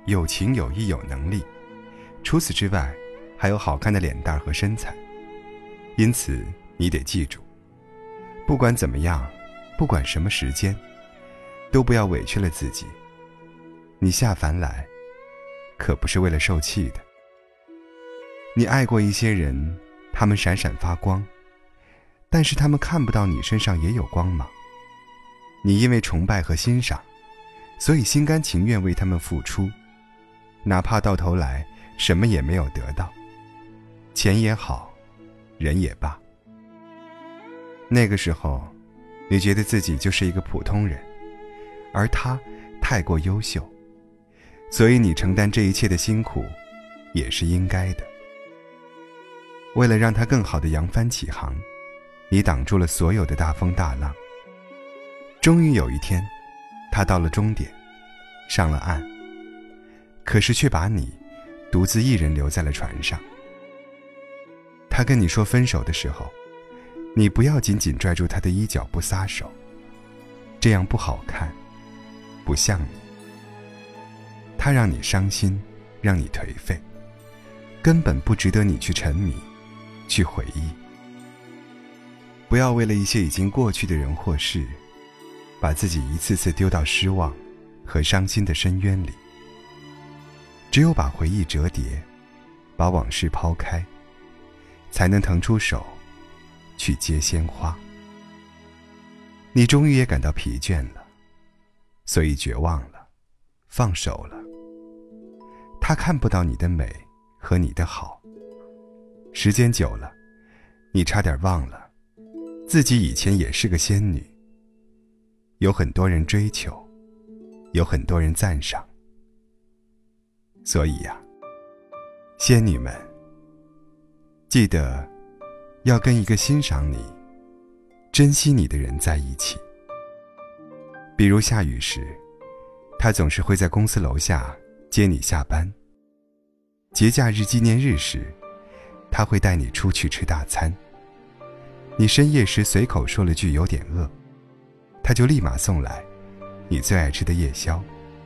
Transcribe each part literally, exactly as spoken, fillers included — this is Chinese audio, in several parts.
有情有义有能力，除此之外还有好看的脸蛋和身材。因此你得记住，不管怎么样，不管什么时间，都不要委屈了自己。你下凡来可不是为了受气的。你爱过一些人，他们闪闪发光，但是他们看不到你身上也有光芒。你因为崇拜和欣赏，所以心甘情愿为他们付出，哪怕到头来什么也没有得到，钱也好，人也罢。那个时候你觉得自己就是一个普通人，而他太过优秀，所以你承担这一切的辛苦也是应该的。为了让他更好的扬帆起航，你挡住了所有的大风大浪。终于有一天，他到了终点，上了岸，可是却把你独自一人留在了船上。他跟你说分手的时候，你不要紧紧拽住他的衣角不撒手，这样不好看，不像你。他让你伤心，让你颓废，根本不值得你去沉迷，去回忆。不要为了一些已经过去的人或事，把自己一次次丢到失望和伤心的深渊里。只有把回忆折叠，把往事抛开，才能腾出手去接鲜花。你终于也感到疲倦了，所以绝望了，放手了。他看不到你的美和你的好，时间久了，你差点忘了自己以前也是个仙女，有很多人追求，有很多人赞赏。所以呀、啊，仙女们，记得要跟一个欣赏你、珍惜你的人在一起。比如下雨时，他总是会在公司楼下接你下班；节假日纪念日时，他会带你出去吃大餐。你深夜时随口说了句有点饿，他就立马送来你最爱吃的夜宵。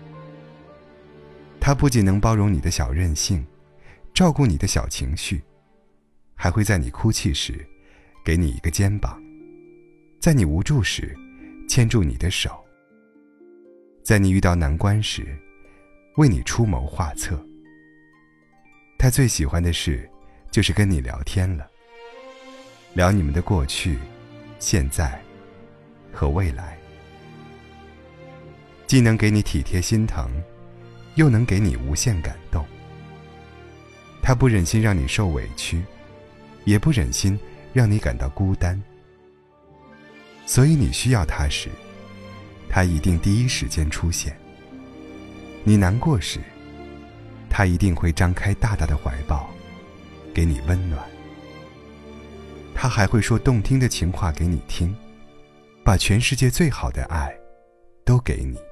他不仅能包容你的小任性，照顾你的小情绪，还会在你哭泣时给你一个肩膀，在你无助时牵住你的手，在你遇到难关时为你出谋划策。他最喜欢的事就是跟你聊天了，聊你们的过去、现在和未来，既能给你体贴心疼，又能给你无限感动。他不忍心让你受委屈，也不忍心让你感到孤单，所以你需要他时，他一定第一时间出现。你难过时，他一定会张开大大的怀抱，给你温暖。他还会说动听的情话给你听，把全世界最好的爱都给你。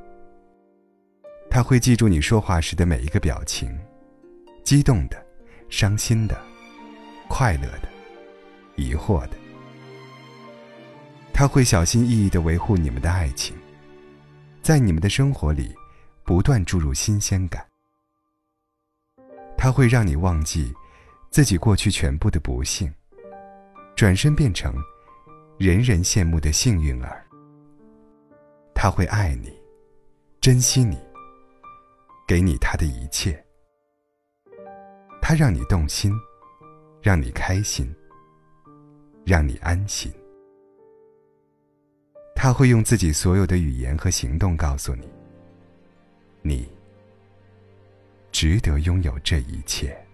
他会记住你说话时的每一个表情，激动的、伤心的、快乐的、疑惑的。他会小心翼翼地维护你们的爱情，在你们的生活里不断注入新鲜感。他会让你忘记自己过去全部的不幸，转身变成人人羡慕的幸运儿。他会爱你，珍惜你，给你他的一切。他让你动心，让你开心，让你安心。他会用自己所有的语言和行动告诉你，你值得拥有这一切。